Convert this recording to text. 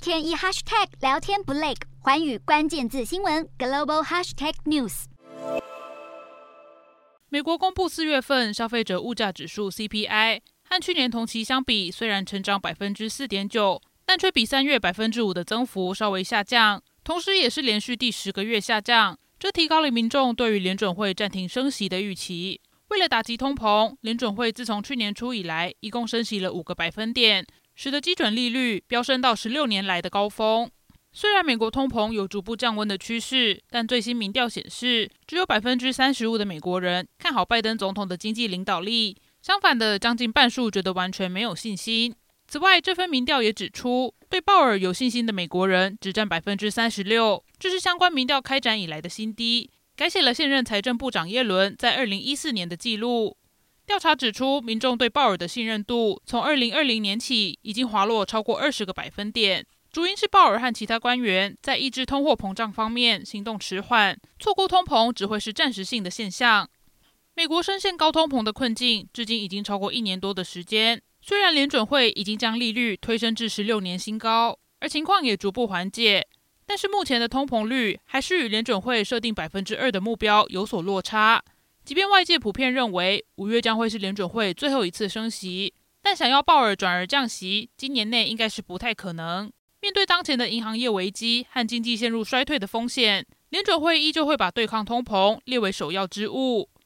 天一 hashtag 聊天不累，寰宇关键字新闻 global hashtag news。 美国公布4月份消费者物价指数 CPI， 和去年同期相比，虽然成长 4.9%， 但却比3月 5% 的增幅稍微下降，同时也是连续第10个月下降，这提高了民众对于联准会暂停升息的预期。为了打击通膨，联准会自从去年初以来，一共升息了5个百分点，使得基准利率飙升到16年来的高峰。虽然美国通膨有逐步降温的趋势，但最新民调显示，只有 35% 的美国人看好拜登总统的经济领导力，相反的，将近半数觉得完全没有信心。此外，这份民调也指出，对鲍尔有信心的美国人只占 36%， 这是相关民调开展以来的新低，改写了现任财政部长耶伦在2014年的记录。调查指出，民众对鲍尔的信任度从2020年起已经滑落超过20个百分点，主因是鲍尔和其他官员在抑制通货膨胀方面行动迟缓，错估通膨只会是暂时性的现象。美国深陷高通膨的困境，至今已经超过1年多的时间。虽然联准会已经将利率推升至16年新高，而情况也逐步缓解，但是目前的通膨率还是与联准会设定 2% 的目标有所落差。即便外界普遍认为5月将会是联准会最后一次升息，但想要鲍尔转而降息，今年内应该是不太可能。面对当前的银行业危机和经济陷入衰退的风险，联准会依旧会把对抗通膨列为首要之务。